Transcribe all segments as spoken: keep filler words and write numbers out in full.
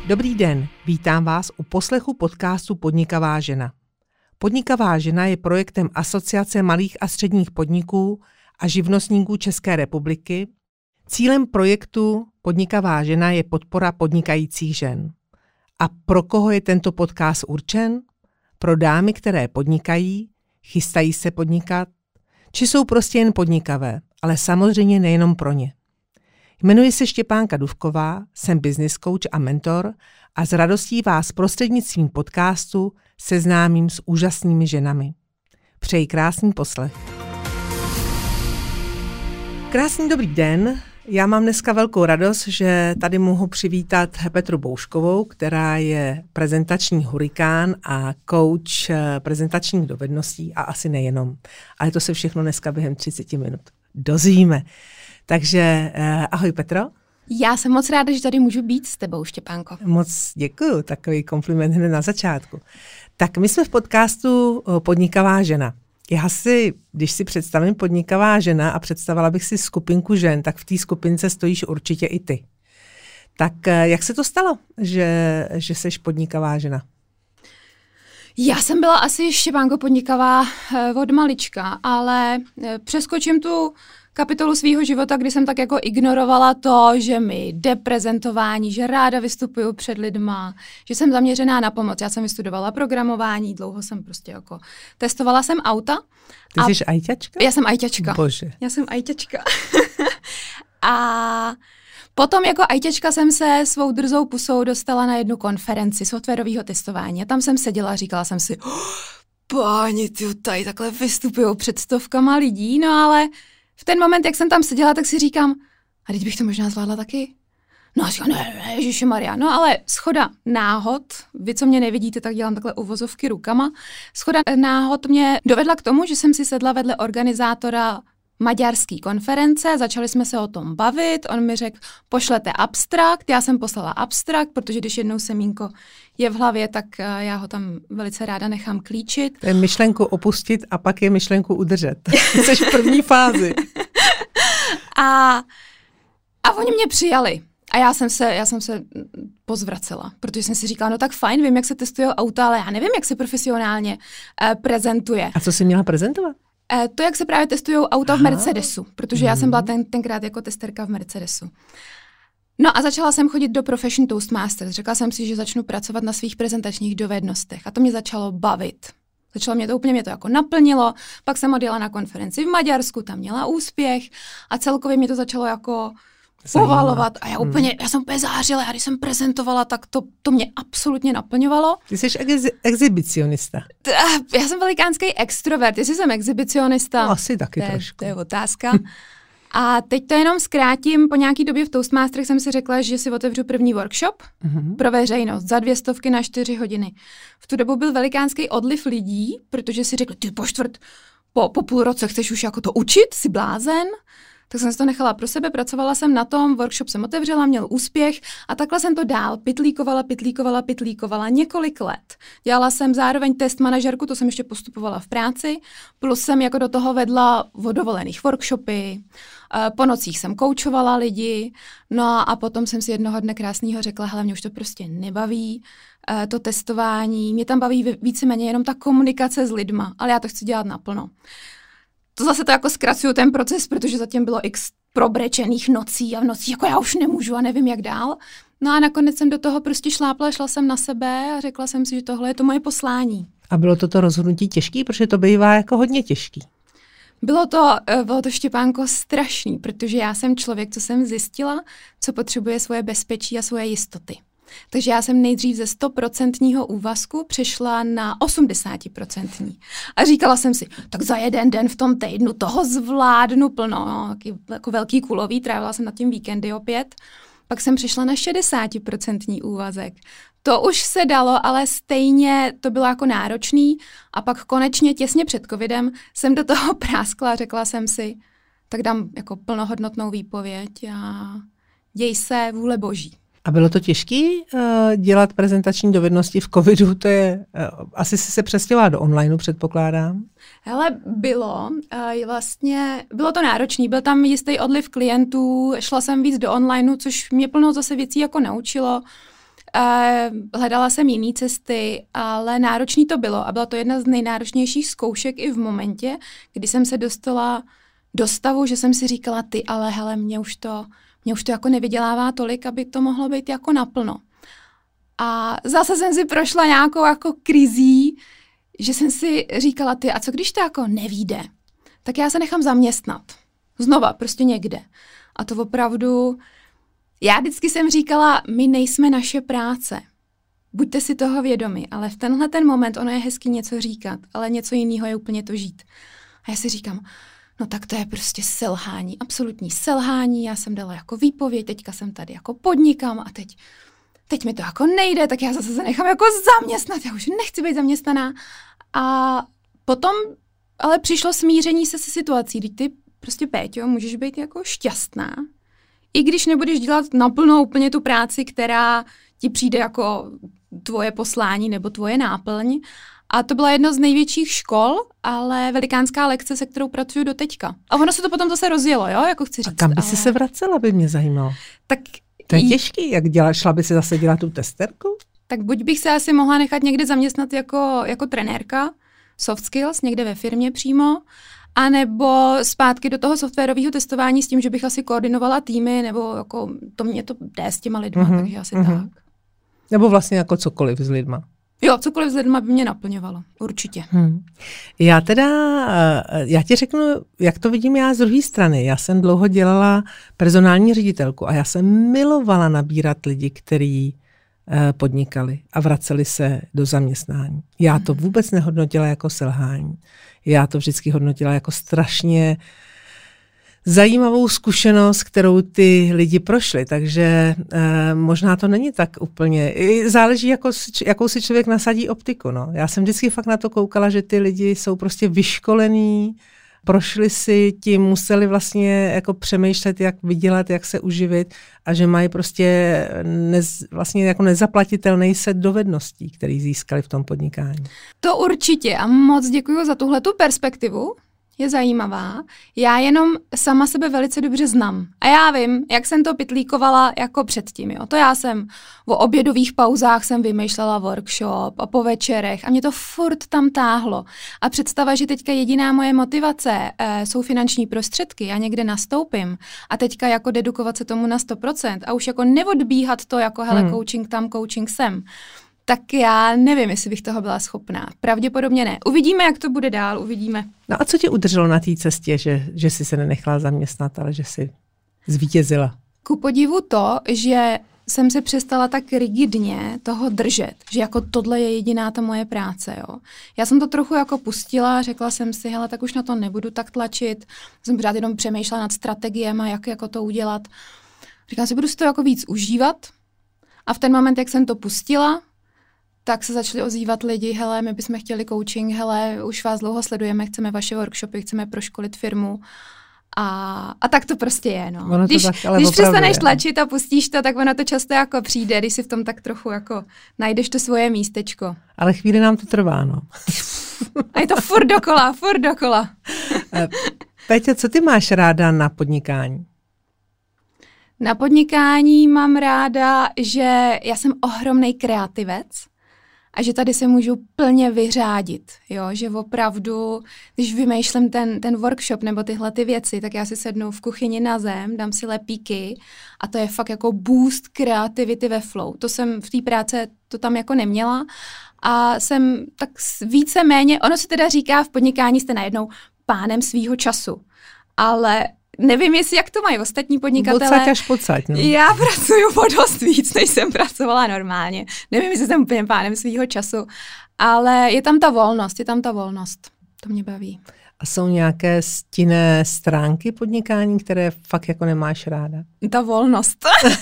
Dobrý den, vítám vás u poslechu podcastu Podnikavá žena. Podnikavá žena je projektem Asociace malých a středních podniků a živnostníků České republiky. Cílem projektu Podnikavá žena je podpora podnikajících žen. A pro koho je tento podcast určen? Pro dámy, které podnikají, chystají se podnikat, či jsou prostě jen podnikavé, ale samozřejmě nejenom pro ně. Jmenuji se Štěpánka Dufková, jsem business coach a mentor a s radostí vás prostřednictvím podcastu seznámím s úžasnými ženami. Přeji krásný poslech. Krásný dobrý den. Já mám dneska velkou radost, že tady mohu přivítat Petru Bouškovou, která je prezentační hurikán a coach prezentačních dovedností a asi nejenom. Ale to se všechno dneska během třicet minut dozvíme. Takže eh, ahoj Petro. Já jsem moc ráda, že tady můžu být s tebou, Štěpánko. Moc děkuju, takový kompliment hned na začátku. Tak my jsme v podcastu Podnikavá žena. Já si, když si představím Podnikavá žena a představila bych si skupinku žen, tak v té skupince stojíš určitě i ty. Tak eh, jak se to stalo, že, že seš podnikavá žena? Já jsem byla asi, Štěpánko, podnikavá eh, od malička, ale eh, přeskočím tu kapitolu svýho života, kdy jsem tak jako ignorovala to, že mi jde prezentování, že ráda vystupuju před lidma, že jsem zaměřená na pomoc. Já jsem vystudovala programování, dlouho jsem prostě jako testovala jsem auta. Ty jsi ajťačka? Já jsem ajťačka. Bože. Já jsem ajťačka. A potom jako ajťačka jsem se svou drzou pusou dostala na jednu konferenci softwarového testování. A tam jsem seděla a říkala jsem si, oh, páni, ty tady takhle vystupujou před stovkama lidí, no ale v ten moment, jak jsem tam seděla, tak si říkám, a teď bych to možná zvládla taky. No a říkám, ne, ne, ježišmarja. No ale shoda náhod, vy, co mě nevidíte, tak dělám takhle uvozovky rukama, shoda náhod mě dovedla k tomu, že jsem si sedla vedle organizátora maďarské konference, začali jsme se o tom bavit, on mi řekl, pošlete abstrakt, já jsem poslala abstrakt, protože když jednou semínko je v hlavě, tak já ho tam velice ráda nechám klíčit. To je myšlenku opustit a pak je myšlenku udržet. Jsi v první fázi. a, a oni mě přijali. A já jsem, se, já jsem se pozvracela, protože jsem si říkala, no tak fajn, vím, jak se testují auta, ale já nevím, jak se profesionálně uh, prezentuje. A co jsi měla prezentovat? Uh, to, jak se právě testují auta Aha. v Mercedesu, protože mm. já jsem byla ten, tenkrát jako testerka v Mercedesu. No a začala jsem chodit do Profession Toastmasters. Řekla jsem si, že začnu pracovat na svých prezentačních dovednostech a to mě začalo bavit. Začalo mě to úplně, mě to jako naplnilo, pak jsem odjela na konferenci v Maďarsku, tam měla úspěch a celkově mě to začalo jako povalovat a já úplně, já jsem úplně zářila, a když jsem prezentovala, tak to, to mě absolutně naplňovalo. Ty jsi ex- exhibicionista. Já jsem velikánský extrovert, jestli jsem exhibicionista. No, asi taky to je, trošku. To je otázka. A teď to jenom zkrátím, po nějaký době v Toastmasterech jsem si řekla, že si otevřu první workshop uh-huh. pro veřejnost za dvě stovky na čtyři hodiny. V tu dobu byl velikánský odliv lidí, protože si řekli, ty po čtvrt, po, po půl roce chceš už jako to učit, jsi blázen. Tak jsem si to nechala pro sebe, pracovala jsem na tom, workshop jsem otevřela, měl úspěch a takhle jsem to dál pitlíkovala, pitlíkovala, pitlíkovala několik let. Dělala jsem zároveň test manažerku, to jsem ještě postupovala v práci, plus jsem jako do toho vedla o dovolených workshopy, po nocích jsem koučovala lidi, no a potom jsem si jednoho dne krásného řekla, hele, mě už to prostě nebaví, to testování, mě tam baví víceméně jenom ta komunikace s lidma, ale já to chci dělat naplno. To zase to jako zkracuju ten proces, protože zatím bylo x probrečených nocí a v nocí jako já už nemůžu a nevím jak dál. No a nakonec jsem do toho prostě šlápla, šla jsem na sebe a řekla jsem si, že tohle je to moje poslání. A bylo toto rozhodnutí těžký, protože to bývá jako hodně těžký. Bylo to, bylo to, Štěpánko, strašný, protože já jsem člověk, co jsem zjistila, co potřebuje svoje bezpečí a svoje jistoty. Takže já jsem nejdřív ze stoprocentního úvazku přešla na osmdesátprocentní. A říkala jsem si, tak za jeden den v tom týdnu toho zvládnu plno. No, jako velký kulový, trávila jsem nad tím víkendy opět. Pak jsem přešla na šedesátiprocentní úvazek. To už se dalo, ale stejně to bylo jako náročný. A pak konečně těsně před covidem jsem do toho práskla a řekla jsem si, tak dám jako plnohodnotnou výpověď a děj se vůle boží. A bylo to těžké uh, dělat prezentační dovednosti v covidu? To je, uh, asi jsi se přestěhovala do onlineu, předpokládám. Hele, bylo. Uh, vlastně, bylo to náročný. Byl tam jistý odliv klientů, šla jsem víc do onlineu, což mě plno zase věcí jako naučilo. uh, hledala jsem jiné cesty, ale náročný to bylo a byla to jedna z nejnáročnějších zkoušek i v momentě, kdy jsem se dostala do stavu, že jsem si říkala, ty, ale hele, mě už to, mě už to jako nevydělává tolik, aby to mohlo být jako naplno. A zase jsem si prošla nějakou jako krizí, že jsem si říkala, ty, a co když to jako nevíde, tak já se nechám zaměstnat. Znova, prostě někde. A to opravdu, já vždycky jsem říkala, my nejsme naše práce. Buďte si toho vědomi, ale v tenhle ten moment ono je hezký něco říkat, ale něco jiného je úplně to žít. A já si říkám, no tak to je prostě selhání, absolutní selhání, já jsem dala jako výpověď, teďka jsem tady jako podnikám a teď, teď mi to jako nejde, tak já zase se nechám jako zaměstnat, já už nechci být zaměstnaná. A potom ale přišlo smíření se se situací, když ty prostě, Péťo, můžeš být jako šťastná, i když nebudeš dělat naplno úplně tu práci, která ti přijde jako tvoje poslání nebo tvoje náplň. A to byla jedna z největších škol, ale velikánská lekce, se kterou pracuju do teďka. A ono se to potom zase rozjelo, jo, jako chci říct. A kam by ale... si se vracela, by mě zajímalo. Tak to je těžký, jak děla, šla by si zase dělat tu testerku? Tak buď bych se asi mohla nechat někde zaměstnat jako, jako trenérka, soft skills, někde ve firmě přímo, anebo zpátky do toho softwarového testování s tím, že bych asi koordinovala týmy, nebo jako to mě to jde s těma lidma, mm-hmm. takže asi mm-hmm. tak. Nebo vlastně jako cokoliv s lidma. Jo, cokoliv s lidma by mě naplňovalo, určitě. Hmm. Já teda, já ti řeknu, jak to vidím já z druhé strany. Já jsem dlouho dělala personální ředitelku a já jsem milovala nabírat lidi, kteří podnikali a vraceli se do zaměstnání. Já to vůbec nehodnotila jako selhání. Já to vždycky hodnotila jako strašně zajímavou zkušenost, kterou ty lidi prošli, takže eh, možná to není tak úplně. Záleží, jako, jakou si člověk nasadí optiku. No. Já jsem vždycky fakt na to koukala, že ty lidi jsou prostě vyškolení, prošli si tím, museli vlastně jako přemýšlet, jak vydělat, jak se uživit a že mají prostě nez, vlastně jako nezaplatitelný set dovedností, který získali v tom podnikání. To určitě a moc děkuji za tuhletu perspektivu. Je zajímavá. Já jenom sama sebe velice dobře znám. A já vím, jak jsem to pitlíkovala jako předtím. Jo. To já jsem o obědových pauzách jsem vymýšlela workshop a po večerech a mě to furt tam táhlo. A představa, že teďka jediná moje motivace e, jsou finanční prostředky, já někde nastoupím a teďka jako dedukovat se tomu na sto procent a už jako neodbíhat to jako hele, hmm. coaching tam, coaching sem. Tak já nevím, jestli bych toho byla schopná. Pravděpodobně ne. Uvidíme, jak to bude dál, uvidíme. No a co tě udrželo na té cestě, že, že jsi se nenechala zaměstnat, ale že jsi zvítězila? Ku podivu to, že jsem se přestala tak rigidně toho držet, že jako tohle je jediná ta moje práce. Jo. Já jsem to trochu jako pustila, řekla jsem si, hele, tak už na to nebudu tak tlačit. Jsem pořád jenom přemýšlela nad strategiemi, jak jako to udělat. Říkala si, budu si to jako víc užívat. A v ten moment, jak jsem to pustila, tak se začali ozývat lidi, hele, my bychom chtěli coaching, hele, už vás dlouho sledujeme, chceme vaše workshopy, chceme proškolit firmu. A, a tak to prostě je, no. Když, tak, když přestaneš je. tlačit a pustíš to, tak ono to často jako přijde, když si v tom tak trochu jako najdeš to svoje místečko. Ale chvíli nám to trvá, no. A je to furt dokola, furt dokola. Péťo, co ty máš ráda na podnikání? Na podnikání mám ráda, že já jsem ohromnej kreativec a že tady se můžu plně vyřádit, jo, že opravdu, když vymýšlím ten, ten workshop nebo tyhle ty věci, tak já si sednu v kuchyni na zem, dám si lepíky a to je fakt jako boost kreativity ve flow. To jsem v té práci to tam jako neměla a jsem tak více méně, ono se teda říká, v podnikání jste najednou pánem svýho času, ale nevím, jestli jak to mají ostatní podnikatelé. Pocať až pocať, no. Já pracuju o dost víc, než jsem pracovala normálně. Nevím, jestli jsem úplně pánem svýho času, ale je tam ta volnost, je tam ta volnost. To mě baví. A jsou nějaké stinné stránky podnikání, které fakt jako nemáš ráda? Ta volnost.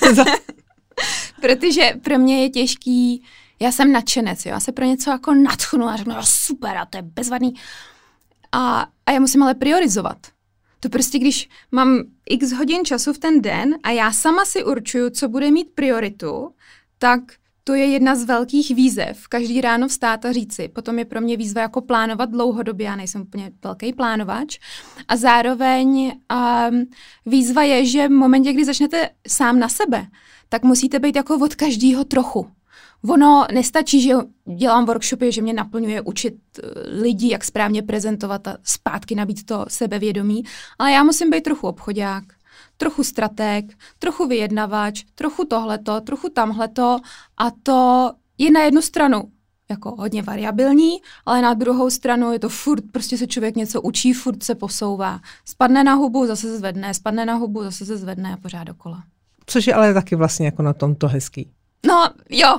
Protože pro mě je těžký, já jsem nadšenec, jo. Já se pro něco jako nadchnu a řeknu, jo, super, a to je bezvadný. A, a já musím ale priorizovat. To prostě, když mám x hodin času v ten den a já sama si určuju, co bude mít prioritu, tak to je jedna z velkých výzev. Každý ráno vstát a říci. Potom je pro mě výzva jako plánovat dlouhodobě, já nejsem úplně velký plánovač. A zároveň um, výzva je, že v momentě, kdy začnete sám na sebe, tak musíte být jako od každého trochu. Ono nestačí, že dělám workshopy, že mě naplňuje učit lidi, jak správně prezentovat a zpátky nabít to sebevědomí, ale já musím být trochu obchodák, trochu stratég, trochu vyjednavač, trochu tohleto, trochu tamhleto a to je na jednu stranu jako hodně variabilní, ale na druhou stranu je to furt, prostě se člověk něco učí, furt se posouvá. Spadne na hubu, zase se zvedne, spadne na hubu, zase se zvedne a pořád dokola. Což je ale taky vlastně jako na tomto hezký. No, jo.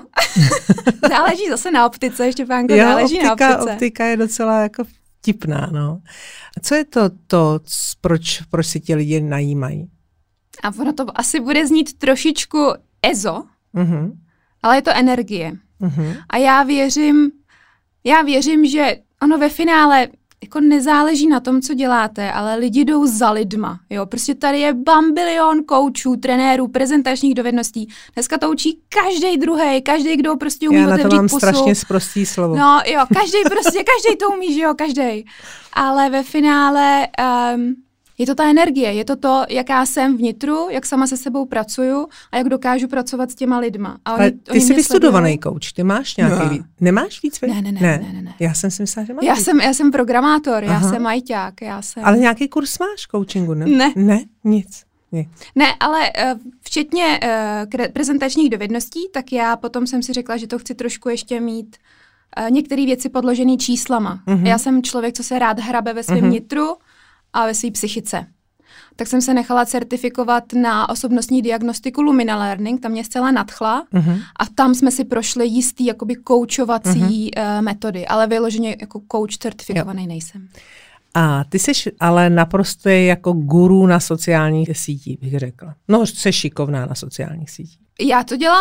Záleží zase na optice, Štěpánko, jo, záleží optika, na optice. optika je docela jako vtipná, no. A co je to, to proč, proč si ti lidi najímají? A ono to asi bude znít trošičku ezo, uh-huh. ale je to energie. Uh-huh. A já věřím, já věřím, že ono ve finále jako nezáleží na tom, co děláte, ale lidi jdou za lidma. Jo? Prostě tady je bambilion koučů, trenérů, prezentačních dovedností. Dneska to učí každej druhej, každej, kdo prostě umí otevřít pusu. Já na to mám strašně sprostý slovo. No jo, každej prostě, každej to umí, že jo, každej. Ale ve finále um, je to ta energie, je to to, jaká jsem vnitru, jak sama se sebou pracuju a jak dokážu pracovat s těma lidma. A oni, ale ty oni jsi vystudovaný sledují. Coach, ty máš nějaký no. víc? Nemáš víc? Ne, ne, ne, ne, ne, ne. Já jsem si myslela, že máš já víc. Jsem, já jsem programátor, Aha. já jsem ajťák, já jsem... Ale nějaký kurz máš coachingu, ne? Ne. Ne, nic. Ne, ne ale uh, včetně uh, prezentačních dovedností, tak já potom jsem si řekla, že to chci trošku ještě mít uh, některé věci podložené číslama. Uh-huh. Já jsem člověk, co se rád hrabe ve svém uh-huh. nitru a ve své psychice. Tak jsem se nechala certifikovat na osobnostní diagnostiku Lumina Learning, tam mě zcela nadchla uh-huh. a tam jsme si prošli jistý jakoby koučovací uh-huh. uh, metody, ale vyloženě jako coach certifikovaný jo. nejsem. A ty jsi ale naprosto jako guru na sociálních sítích, bych řekla. No, jsi šikovná na sociálních sítích. Já to dělám,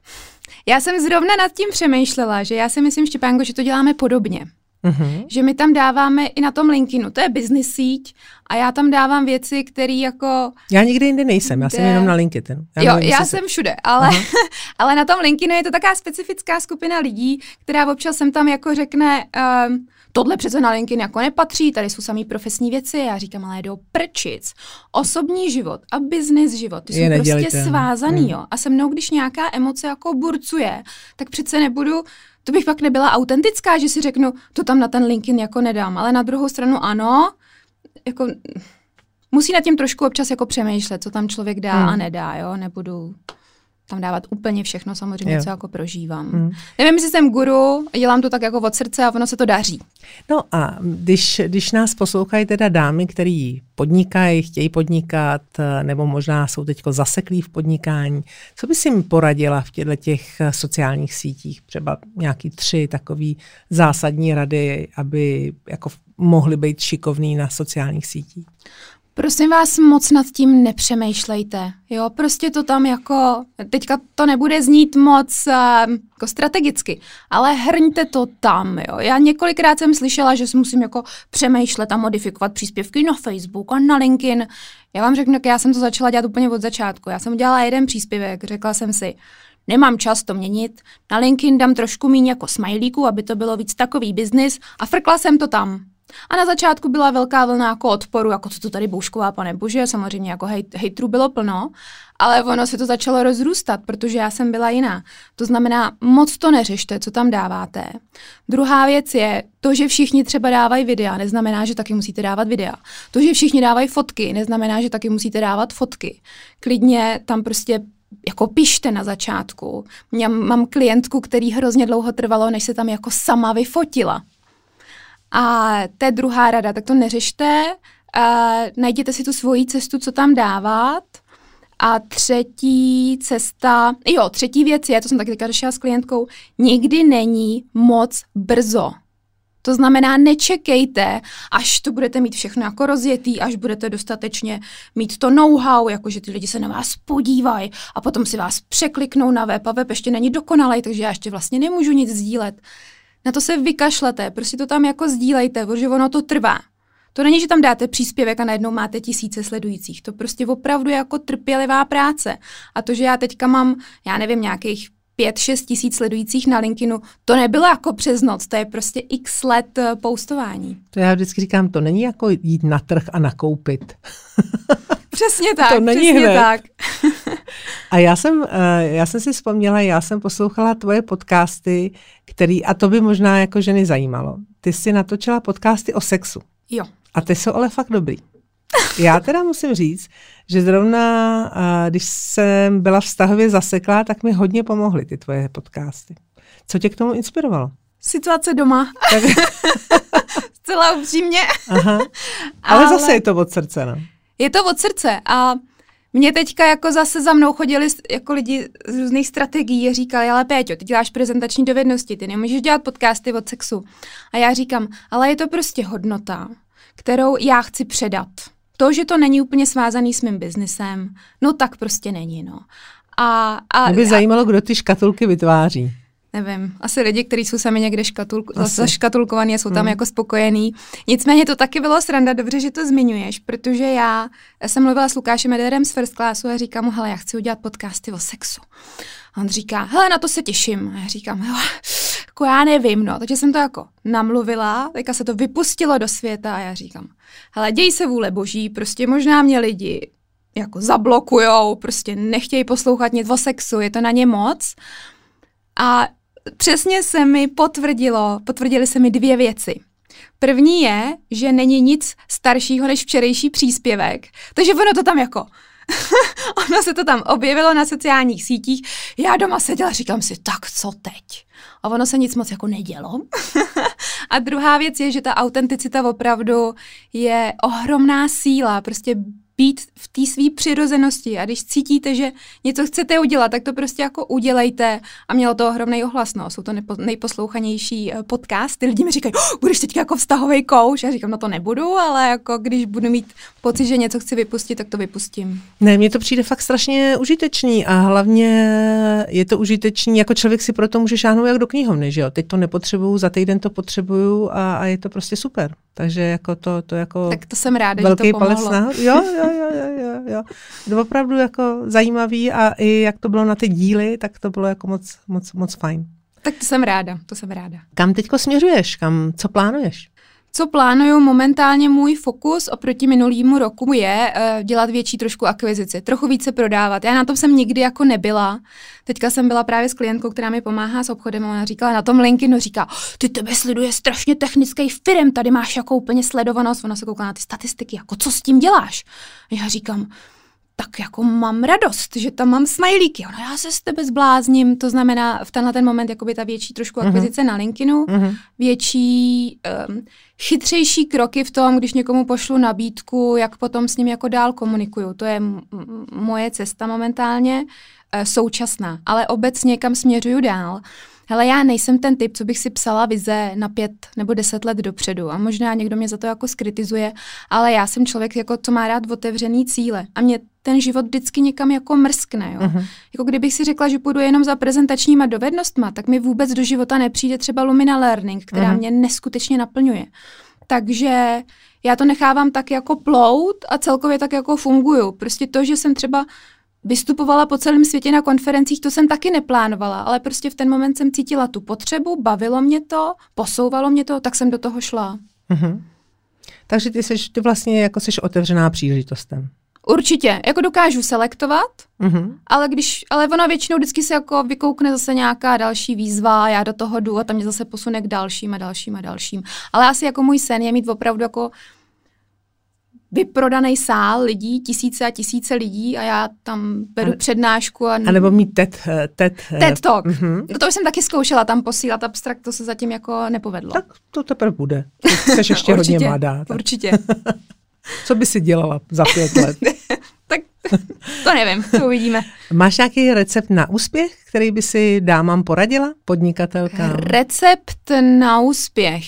já jsem zrovna nad tím přemýšlela, že já si myslím, Štěpánko, že to děláme podobně. Uh-huh. Že my tam dáváme i na tom LinkedInu, to je business síť a já tam dávám věci, které jako... Já nikdy jinde nejsem, já de... jsem jenom na LinkedInu. Já jo, nevím, já jsem se... všude, ale, ale na tom LinkedInu je to taková specifická skupina lidí, která občas sem tam jako řekne, um, tohle přece na LinkedIn jako nepatří, tady jsou samý profesní věci, já říkám, ale do prčic. Osobní život a business život, ty jsou prostě svázaný, hmm. jo. A se mnou, když nějaká emoce jako burcuje, tak přece nebudu... To bych pak nebyla autentická, že si řeknu, to tam na ten LinkedIn jako nedám, ale na druhou stranu ano, jako musí nad tím trošku občas jako přemýšlet, co tam člověk dá hmm. a nedá, jo, nebudu tam dávat úplně všechno, samozřejmě, jo. co jako prožívám. Hmm. Nevím, jestli jsem guru, dělám to tak jako od srdce a ono se to daří. No a když, když nás poslouchají teda dámy, který podnikají, chtějí podnikat, nebo možná jsou teďko zaseklí v podnikání, co bys jim poradila v těchto těch sociálních sítích? Třeba nějaký tři takový zásadní rady, aby jako mohli být šikovní na sociálních sítích. Prosím vás, moc nad tím nepřemýšlejte. Jo, prostě to tam jako, teďka to nebude znít moc uh, jako strategicky, ale hrňte to tam, jo. Já několikrát jsem slyšela, že si musím jako přemýšlet a modifikovat příspěvky na Facebook a na LinkedIn. Já vám řeknu, já jsem to začala dělat úplně od začátku. Já jsem udělala jeden příspěvek, řekla jsem si, nemám čas to měnit, na LinkedIn dám trošku míň jako smajlíku, aby to bylo víc takový biznis a frkla jsem to tam. A na začátku byla velká vlna jako odporu, jako co to tady boušková, pane bože, samozřejmě jako hejt, hejtrů bylo plno, ale ono se to začalo rozrůstat, protože já jsem byla jiná. To znamená, moc to neřešte, co tam dáváte. Druhá věc je, to, že všichni třeba dávají videa, neznamená, že taky musíte dávat videa. To, že všichni dávají fotky, neznamená, že taky musíte dávat fotky. Klidně tam prostě jako pište na začátku. Já mám klientku, který hrozně dlouho trvalo, než se tam jako sama vyfotila. A to je druhá rada, tak to neřešte, uh, najděte si tu svoji cestu, co tam dávat. A třetí cesta, jo, třetí věc je, to jsem taky teďka řešila s klientkou, nikdy není moc brzo. To znamená, nečekejte, až to budete mít všechno jako rozjetý, až budete dostatečně mít to know-how, jakože ty lidi se na vás podívají a potom si vás překliknou na web a web ještě není dokonalej, takže já ještě vlastně nemůžu nic sdílet. Na to se vykašlete, prostě to tam jako sdílejte, protože ono to trvá. To není, že tam dáte příspěvek a najednou máte tisíce sledujících. To prostě opravdu je jako trpělivá práce. A to, že já teďka mám, já nevím, nějakých pět, šest tisíc sledujících na LinkedInu, to nebylo jako přes noc, to je prostě x let postování. To já vždycky říkám, to není jako jít na trh a nakoupit. Přesně tak, to není přesně hned. tak. A já jsem, já jsem si vzpomněla, já jsem poslouchala tvoje podcasty, který, a to by možná jako ženy zajímalo. Ty jsi natočila podcasty o sexu. Jo. A ty jsou ale fakt dobrý. Já teda musím říct, že zrovna, když jsem byla vztahově zaseklá, tak mi hodně pomohly ty tvoje podcasty. Co tě k tomu inspirovalo? Situace doma. Zcela upřímně. Aha. Ale, ale zase je to od srdce, no. Je to od srdce a mě teďka jako zase za mnou chodili jako lidi z různých strategií a říkali, ale Péťo, ty děláš prezentační dovednosti, ty nemůžeš dělat podcasty od sexu. A já říkám, ale je to prostě hodnota, kterou já chci předat. To, že to není úplně svázaný s mým biznisem, no tak prostě není, no. A, a, Mě by a, zajímalo, kdo ty škatulky vytváří. Nevím, asi lidi, kteří jsou sami někde škatulku, zaškatulkovaní a jsou tam hmm. jako spokojení. Nicméně to taky bylo sranda, dobře, že to zmiňuješ, protože já jsem mluvila s Lukášem Ederem z First Classu a říkám mu, hele, já chci udělat podcasty o sexu. A on říká, hele, na to se těším. A já říkám, hele, jako já nevím, no. Takže jsem to jako namluvila, teďka se to vypustilo do světa a já říkám, hele, děj se vůle boží, prostě možná mě lidi jako zablokujou, prostě nechtějí poslouchat nic o sexu, je to na ně moc. A přesně se mi potvrdilo, potvrdily se mi dvě věci. První je, že není nic staršího než včerejší příspěvek, takže ono to tam jako, ono se to tam objevilo na sociálních sítích, já doma seděla, říkám si, tak co teď? A ono se nic moc jako nedělo. A druhá věc je, že ta autenticita opravdu je ohromná síla, prostě být v té své přirozenosti a když cítíte, že něco chcete udělat, tak to prostě jako udělejte a mělo to ohromný ohlas. No. Jsou to nepo, nejposlouchanější podcasty. Lidi mi říkají, oh, budeš teď jako vztahový kouč. Já říkám, no to nebudu, ale jako když budu mít pocit, že něco chci vypustit, tak to vypustím. Ne, mně to přijde fakt strašně užitečný a hlavně je to užitečný, jako člověk si proto může šáhnout jak do knihovny, že jo. Teď to nepotřebuju, za týden to potřebuju a, a je to prostě super. Takže jako to, to jako tak to jsem ráda, velký že to palec pomohlo. nahoru. Jo, jo, jo, jo, jo, jo. To opravdu jako zajímavý a i jak to bylo na ty díly, tak to bylo jako moc, moc, moc fajn. Tak to jsem ráda, to jsem ráda. Kam teďko směřuješ? Kam, co plánuješ? Co plánuju momentálně, můj fokus oproti minulýmu roku je uh, dělat větší trošku akvizici, trochu více prodávat. Já na tom jsem nikdy jako nebyla. Teďka jsem byla právě s klientkou, která mi pomáhá s obchodem a ona říkala na tom LinkedInu, říká, ty tebe sleduje strašně technický firm, tady máš jako úplně sledovanost. Ona se koukala na ty statistiky, jako co s tím děláš? A já říkám, tak jako mám radost, že tam mám smajlíky. Ona, já se s tebe zblázním, to znamená v tenhle ten moment jakoby ta větší trošku akvizice uh-huh. na LinkedInu, uh-huh. větší, um, chytřejší kroky v tom, když někomu pošlu nabídku, jak potom s ním jako dál komunikuju. To je m- moje cesta momentálně, uh, současná, ale obecně kam směřuju dál. Hele, já nejsem ten typ, co bych si psala vize na pět nebo deset let dopředu a možná někdo mě za to jako skritizuje, ale já jsem člověk, jako, co má rád otevřený cíle a mě ten život vždycky někam jako mrskne. Jo? Uh-huh. Jako kdybych si řekla, že půjdu jenom za prezentačníma dovednostma, tak mi vůbec do života nepřijde třeba Lumina Learning, která uh-huh. mě neskutečně naplňuje. Takže já to nechávám tak jako plout a celkově tak jako funguju. Prostě to, že jsem třeba vystupovala po celém světě na konferencích, to jsem taky neplánovala, ale prostě v ten moment jsem cítila tu potřebu, bavilo mě to, posouvalo mě to, tak jsem do toho šla. Uh-huh. Takže ty, seš, ty vlastně jako jsi otevřená příležitostem. Určitě, jako dokážu selektovat, uh-huh. ale když, ale ona většinou vždycky se jako vykoukne zase nějaká další výzva, já do toho jdu a tam mě zase posune k dalším a dalším a dalším. Ale asi jako můj sen je mít opravdu jako vyprodaný sál lidí, tisíce a tisíce lidí a já tam beru a, přednášku. A, a nebo mít TED, TED, TED Talk. Uh-huh. No to už jsem taky zkoušela tam posílat abstrakt, to se zatím jako nepovedlo. Tak to teprve bude. Jsi ještě hodně mladá. Tak. Určitě. Co by si dělala za pět let? Tak to nevím, to uvidíme. Máš nějaký recept na úspěch, který by si dámám poradila, podnikatelkám? Recept na úspěch.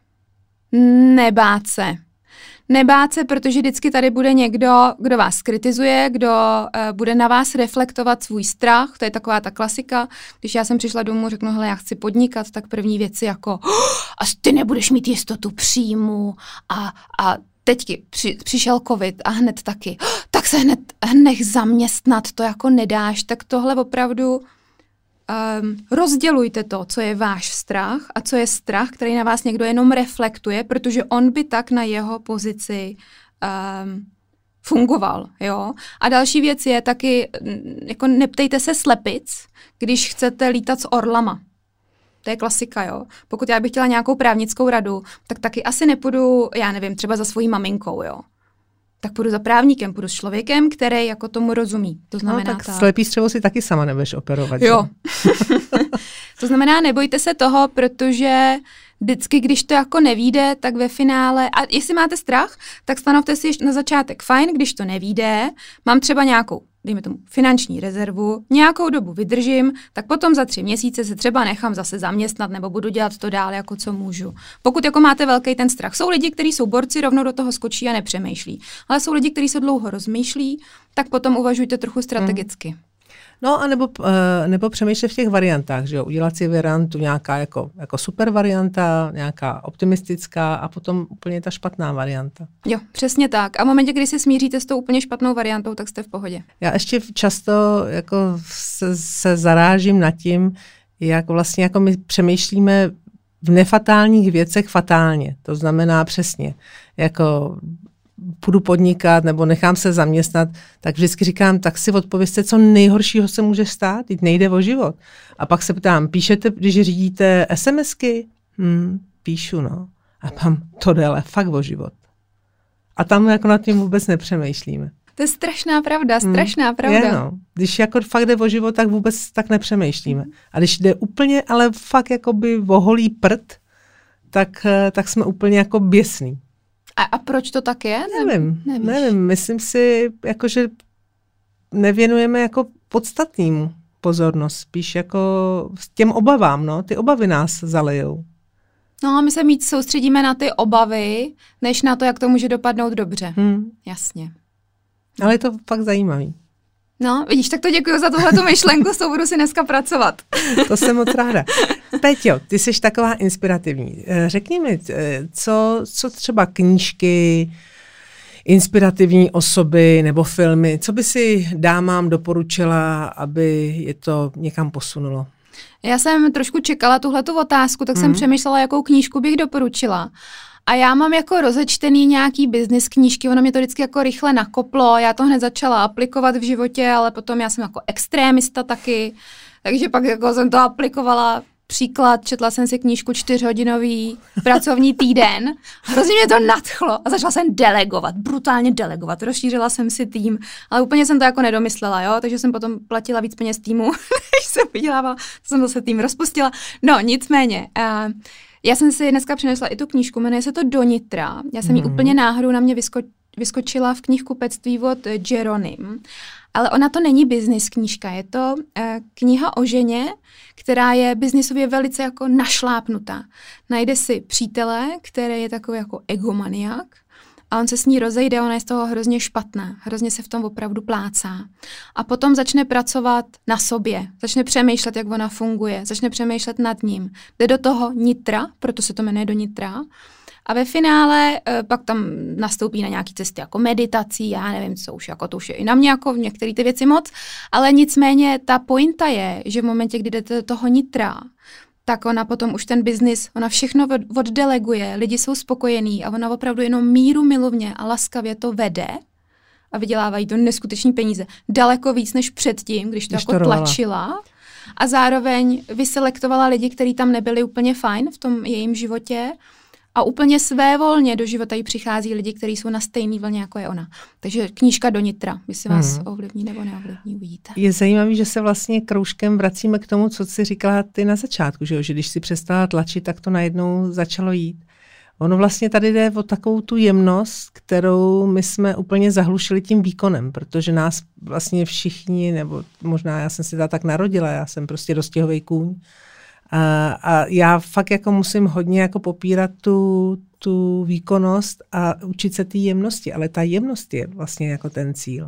Nebát se. Nebát se, protože vždycky tady bude někdo, kdo vás kritizuje, kdo uh, bude na vás reflektovat svůj strach. To je taková ta klasika. Když já jsem přišla domů, řeknu, hele, já chci podnikat, tak první věci jako oh, a ty nebudeš mít jistotu příjmu a, a teďky při, přišel covid a hned taky, oh, tak se hned nech zaměstnat, to jako nedáš. Tak tohle opravdu Um, rozdělujte to, co je váš strach a co je strach, který na vás někdo jenom reflektuje, protože on by tak na jeho pozici um, fungoval, jo. A další věc je taky, jako neptejte se slepic, když chcete lítat s orlama. To je klasika, jo. Pokud já bych chtěla nějakou právnickou radu, tak taky asi nepůjdu, já nevím, třeba za svojí maminkou, jo. Tak půjdu za právníkem, půjdu s člověkem, který jako tomu rozumí. To znamená no, tak ta... slepý střevo si taky sama nebudeš operovat. Jo. To znamená, nebojte se toho, protože vždycky, když to jako nevíde, tak ve finále, a jestli máte strach, tak stanovte si na začátek fajn, když to nevíde, mám třeba nějakou, dejme tomu, finanční rezervu, nějakou dobu vydržím, tak potom za tři měsíce se třeba nechám zase zaměstnat nebo budu dělat to dál, jako co můžu. Pokud jako máte velký ten strach. Jsou lidi, kteří jsou borci, rovnou do toho skočí a nepřemýšlí. Ale jsou lidi, kteří se dlouho rozmýšlí, tak potom uvažujte trochu strategicky. Hmm. No a nebo, nebo přemýšlet v těch variantách, že jo, udělat si variantu nějaká jako, jako super varianta, nějaká optimistická a potom úplně ta špatná varianta. Jo, přesně tak. A v momentě, kdy se smíříte s tou úplně špatnou variantou, tak jste v pohodě. Já ještě často jako se, se zarážím nad tím, jak vlastně jako my přemýšlíme v nefatálních věcech fatálně. To znamená přesně, jako půjdu podnikat nebo nechám se zaměstnat, tak vždycky říkám, tak si odpovězte, co nejhoršího se může stát, teď nejde o život. A pak se ptám, píšete, když řídíte SMSky? Hmm, píšu, no. A tam to jde ale fakt o život. A tam jako nad tím vůbec nepřemýšlíme. To je strašná pravda, strašná hmm, pravda. Je, no. Když jako fakt jde o život, tak vůbec tak nepřemýšlíme. A když jde úplně, ale fakt jakoby o holý prd, tak, tak jsme úplně jako běsný. A, a proč to tak je? Nevím, Nevíš. nevím. Myslím si, jako, že nevěnujeme jako podstatnému pozornost. Spíš jako s těm obavám, no. Ty obavy nás zalejou. No a my se víc soustředíme na ty obavy, než na to, jak to může dopadnout dobře. Hmm. Jasně. Ale je to fakt zajímavý. No, vidíš, tak to děkuji za tuhletu myšlenku, s tou budu si dneska pracovat. To jsem moc ráda. Peťo, ty jsi taková inspirativní. Řekni mi, co, co třeba knížky, inspirativní osoby nebo filmy, co by si dámám doporučila, aby je to někam posunulo? Já jsem trošku čekala tuhletu otázku, tak mm. jsem přemýšlela, jakou knížku bych doporučila. A já mám jako rozečtený nějaký business knížky, ono mě to vždycky jako rychle nakoplo, já to hned začala aplikovat v životě, ale potom já jsem jako extrémista taky, takže pak jako jsem to aplikovala. Příklad, četla jsem si knížku čtyřhodinový pracovní týden, hrozně mě to nadchlo a začala jsem delegovat, brutálně delegovat, rozšířila jsem si tým, ale úplně jsem to jako nedomyslela, jo, takže jsem potom platila víc peněz týmu, než jsem vydělávala, jsem zase tým rozpustila. No, nicméně, uh, já jsem si dneska přinesla i tu knížku, jmenuje se to Do nitra, já jsem ji hmm. úplně náhodou na mě vysko- vyskočila v knihkupectví od Jeronym. Ale ona to není business knížka, je to uh, kniha o ženě, která je biznisově velice jako našlápnutá. Najde si přítele, který je takový jako egomaniak a on se s ní rozejde, ona je z toho hrozně špatná, hrozně se v tom opravdu plácá. A potom začne pracovat na sobě, začne přemýšlet, jak ona funguje, začne přemýšlet nad ním. Jde do toho nitra, proto se to jmenuje Do nitra. A ve finále e, pak tam nastoupí na nějaký cesty jako meditací, já nevím, co už, jako to už je i na mě, jako některé ty věci moc, ale nicméně ta pointa je, že v momentě, kdy jdete do toho nitra, tak ona potom už ten biznis, ona všechno oddeleguje, lidi jsou spokojení a ona opravdu jenom míru milovně a laskavě to vede a vydělávají to neskutečný peníze. Daleko víc než předtím, když to když jako to tlačila a zároveň vyselektovala lidi, kteří tam nebyli úplně fajn v tom jejím životě. A úplně svévolně do života jí přichází lidi, kteří jsou na stejný vlně, jako je ona. Takže knížka Do nitra, jestli vás hmm. ovlivní nebo neovlivní, uvidíte. Je zajímavé, že se vlastně kroužkem vracíme k tomu, co jsi říkala ty na začátku, že, jo? Že když si přestala tlačit, tak to najednou začalo jít. Ono vlastně tady jde o takovou tu jemnost, kterou my jsme úplně zahlušili tím výkonem, protože nás vlastně všichni, nebo možná já jsem si ta tak narodila, já jsem prostě dostihovej kůň. A, a já fakt jako musím hodně jako popírat tu, tu výkonnost a učit se té jemnosti, ale ta jemnost je vlastně jako ten cíl.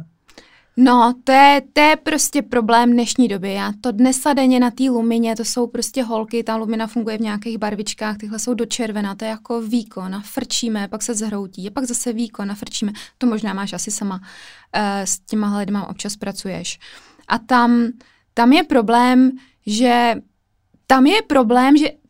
No, to je, to je prostě problém dnešní doby. Já to dnes a denně na té lumině, to jsou prostě holky, ta lumina funguje v nějakých barvičkách, tyhle jsou do červená, to je jako výkon, a frčíme, pak se zhroutí, a pak zase výkon, a frčíme. To možná máš asi sama, uh, s těma lidma občas pracuješ. A tam, tam je problém, že Tam je problém, že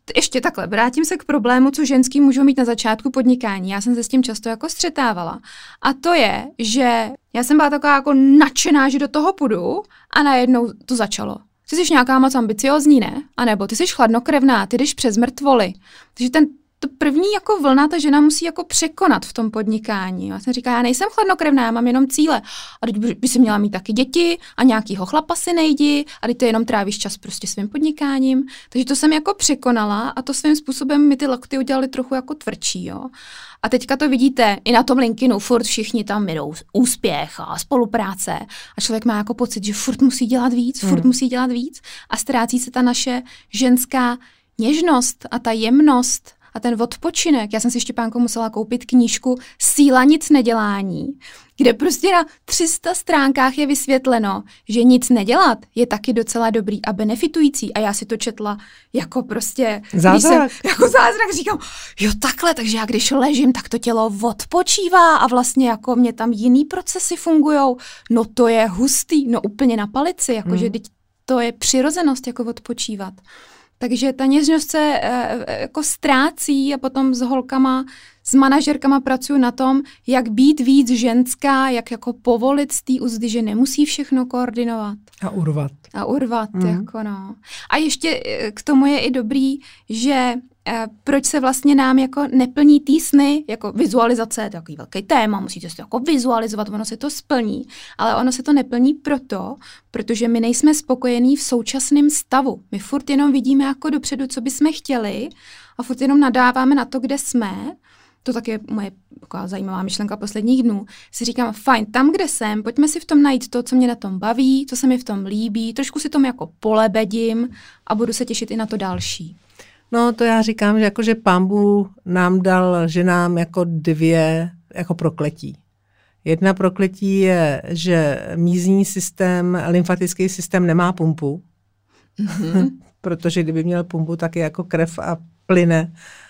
ještě takhle, vrátím se k problému, co ženský můžou mít na začátku podnikání. Já jsem se s tím často jako střetávala. A to je, že já jsem byla taková jako nadšená, že do toho půjdu a najednou to začalo. Ty jsi nějaká moc ambiciózní, ne? A nebo ty jsi chladnokrevná, ty jdeš přes mrtvoly. Takže ten to první jako vlna ta žena musí jako překonat v tom podnikání. Já jsem říká, já nejsem chladnokrevná, já mám jenom cíle. A teď by si měla mít taky děti a nějakýho chlapa si nejdi a teď to jenom trávíš čas prostě svým podnikáním. Takže to jsem jako překonala a to svým způsobem mi ty lokty udělali trochu jako tvrdší, jo. A teďka to vidíte i na tom LinkedInu, furt všichni tam jdou úspěch a spolupráce a člověk má jako pocit, že furt musí dělat víc, furt hmm. musí dělat víc a ztrácí se ta naše ženská něžnost a ta jemnost a ten odpočinek. Já jsem si Štěpánko musela koupit knížku Síla nic nedělání, kde prostě na tři sta stránkách je vysvětleno, že nic nedělat je taky docela dobrý a benefitující. A já si to četla jako prostě... Zázrak. Jsem, jako zázrak říkám, jo takhle, takže já když ležím, tak to tělo odpočívá a vlastně jako mě tam jiný procesy fungujou. No to je hustý, no úplně na palici, jakože mm. to je přirozenost jako odpočívat. Takže ta něžnost se e, jako ztrácí a potom s holkama, s manažerkama pracuju na tom, jak být víc ženská, jak jako povolit z té uzdy, že nemusí všechno koordinovat. A urvat. A urvat, mm. jako no. A ještě k tomu je i dobrý, že e, proč se vlastně nám jako neplní tý sny, jako vizualizace, to je takový velký téma, musíte si to jako vizualizovat, ono se to splní, ale ono se to neplní proto, protože my nejsme spokojení v současném stavu. My furt jenom vidíme jako dopředu, co bychom chtěli a furt jenom nadáváme na to, kde jsme. To taky je moje taková zajímavá myšlenka posledních dnů. Si říkám, fajn, tam, kde jsem, pojďme si v tom najít to, co mě na tom baví, co se mi v tom líbí, trošku si tom jako polebedím a budu se těšit i na to další. No to já říkám, že jakože Pán Bůh nám dal ženám jako dvě jako prokletí. Jedna prokletí je, že mízní systém, lymfatický systém nemá pumpu, mm-hmm. protože kdyby měl pumpu, tak je jako krev a plyne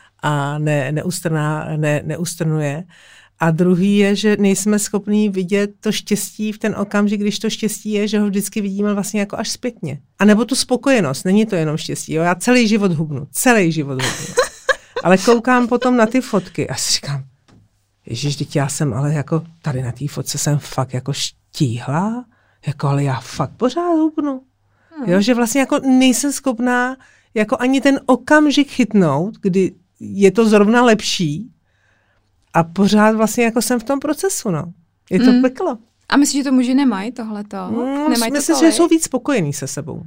a ne, neustrná, ne, neustrnuje. A druhý je, že nejsme schopní vidět to štěstí v ten okamžik, když to štěstí je, že ho vždycky vidíme vlastně jako až zpětně. A nebo tu spokojenost, není to jenom štěstí. Jo? Já celý život hubnu, celý život hubnu. Ale koukám potom na ty fotky a si říkám, ježiš, teď já jsem ale jako tady na té fotce jsem fakt jako štíhla, jako ale já fakt pořád hubnu. Hmm. Jo, že vlastně jako nejsem schopná jako ani ten okamžik chytnout, kdy je to zrovna lepší a pořád vlastně jako jsem v tom procesu, no. Je to mm. peklo. A myslíš, že to muži nemají tohleto? Mm, nemají myslím, to že jsou víc spokojení se sebou.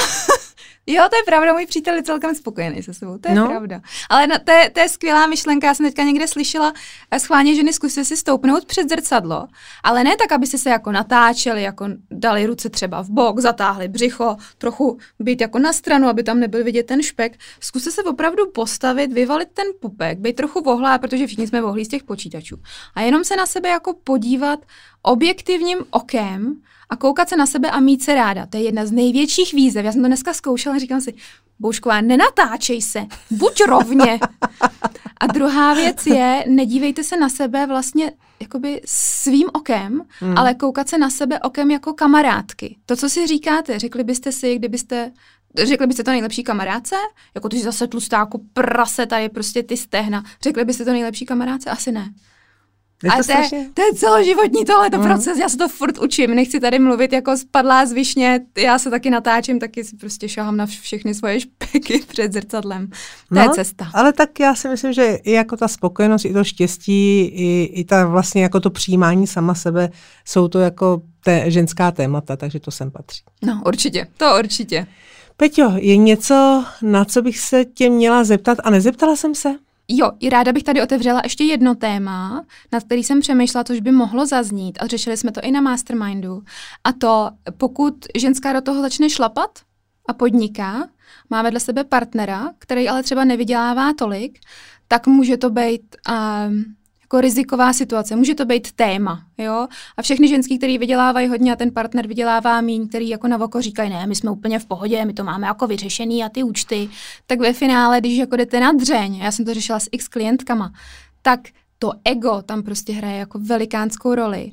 Jo, to je pravda, můj přítel je celkem spokojený se sebou, to je no. pravda. Ale na, to, je, to je skvělá myšlenka, já jsem teďka někde slyšela, schválně ženy zkusili si stoupnout před zrcadlo, ale ne tak, aby si se jako natáčeli, jako dali ruce třeba v bok, zatáhli břicho, trochu být jako na stranu, aby tam nebyl vidět ten špek. Zkuste se opravdu postavit, vyvalit ten pupek, být trochu vohlá, protože všichni jsme vohlí z těch počítačů. A jenom se na sebe jako podívat objektivním okem a koukat se na sebe a mít se ráda. To je jedna z největších výzev. Já jsem to dneska zkoušela a říkám si, Boušková, nenatáčej se, buď rovně. A druhá věc je, nedívejte se na sebe vlastně jakoby svým okem, hmm. ale koukat se na sebe okem jako kamarádky. To, co si říkáte, řekli byste si, kdybyste, řekli byste to nejlepší kamarádce? Jako ty jsi zase tlustá jako prase, tady prostě ty stehna. Řekli byste to nejlepší kamarádce? Asi ne. Je to, ale to, je, to je celoživotní tohleto mm. proces, já se to furt učím, nechci tady mluvit jako spadlá z višně, já se taky natáčím, taky si prostě šahám na všechny svoje špeky před zrcadlem. To no, je cesta. Ale tak já si myslím, že i jako ta spokojenost, i to štěstí, i, i ta vlastně jako to přijímání sama sebe, jsou to jako té ženská témata, takže to sem patří. No určitě, to určitě. Peťo, je něco, na co bych se tě měla zeptat a nezeptala jsem se? Jo, i ráda bych tady otevřela ještě jedno téma, nad který jsem přemýšlela, což by mohlo zaznít, a řešili jsme to i na Mastermindu. A to, pokud ženská do toho začne šlapat a podniká, má vedle sebe partnera, který ale třeba nevydělává tolik, tak může to být um, jako riziková situace, může to být téma, jo. A všechny ženský, který vydělávají hodně a ten partner vydělává míň, který jako na oko říkají, ne, my jsme úplně v pohodě, my to máme jako vyřešený a ty účty, tak ve finále, když jako jdete na dřeň, já jsem to řešila s x klientkama, tak to ego tam prostě hraje jako velikánskou roli.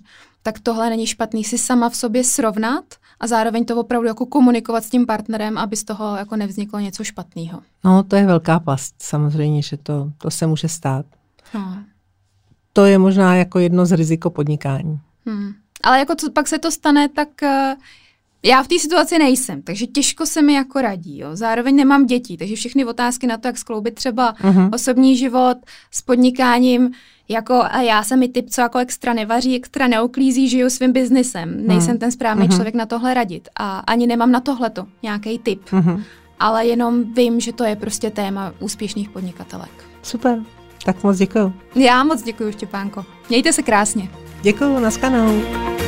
tak tohle není špatný si sama v sobě srovnat a zároveň to opravdu jako komunikovat s tím partnerem, aby z toho jako nevzniklo něco špatného. No, to je velká past, samozřejmě, že to, to se může stát. No. To je možná jako jedno z riziko podnikání. Hmm. Ale jako co, pak se to stane, tak uh, já v té situaci nejsem, takže těžko se mi jako radí. Jo. Zároveň nemám děti, takže všechny otázky na to, jak skloubit třeba uh-huh. osobní život s podnikáním, jako a já jsem i typ, co jako extra nevaří, extra neuklízí, žiju svým biznisem. Nejsem ten správný uh-huh. člověk na tohle radit a ani nemám na tohleto nějaký tip. Uh-huh. Ale jenom vím, že to je prostě téma úspěšných podnikatelek. Super, tak moc děkuju. Já moc děkuju, Štěpánko. Mějte se krásně. Děkuju, naschledanou.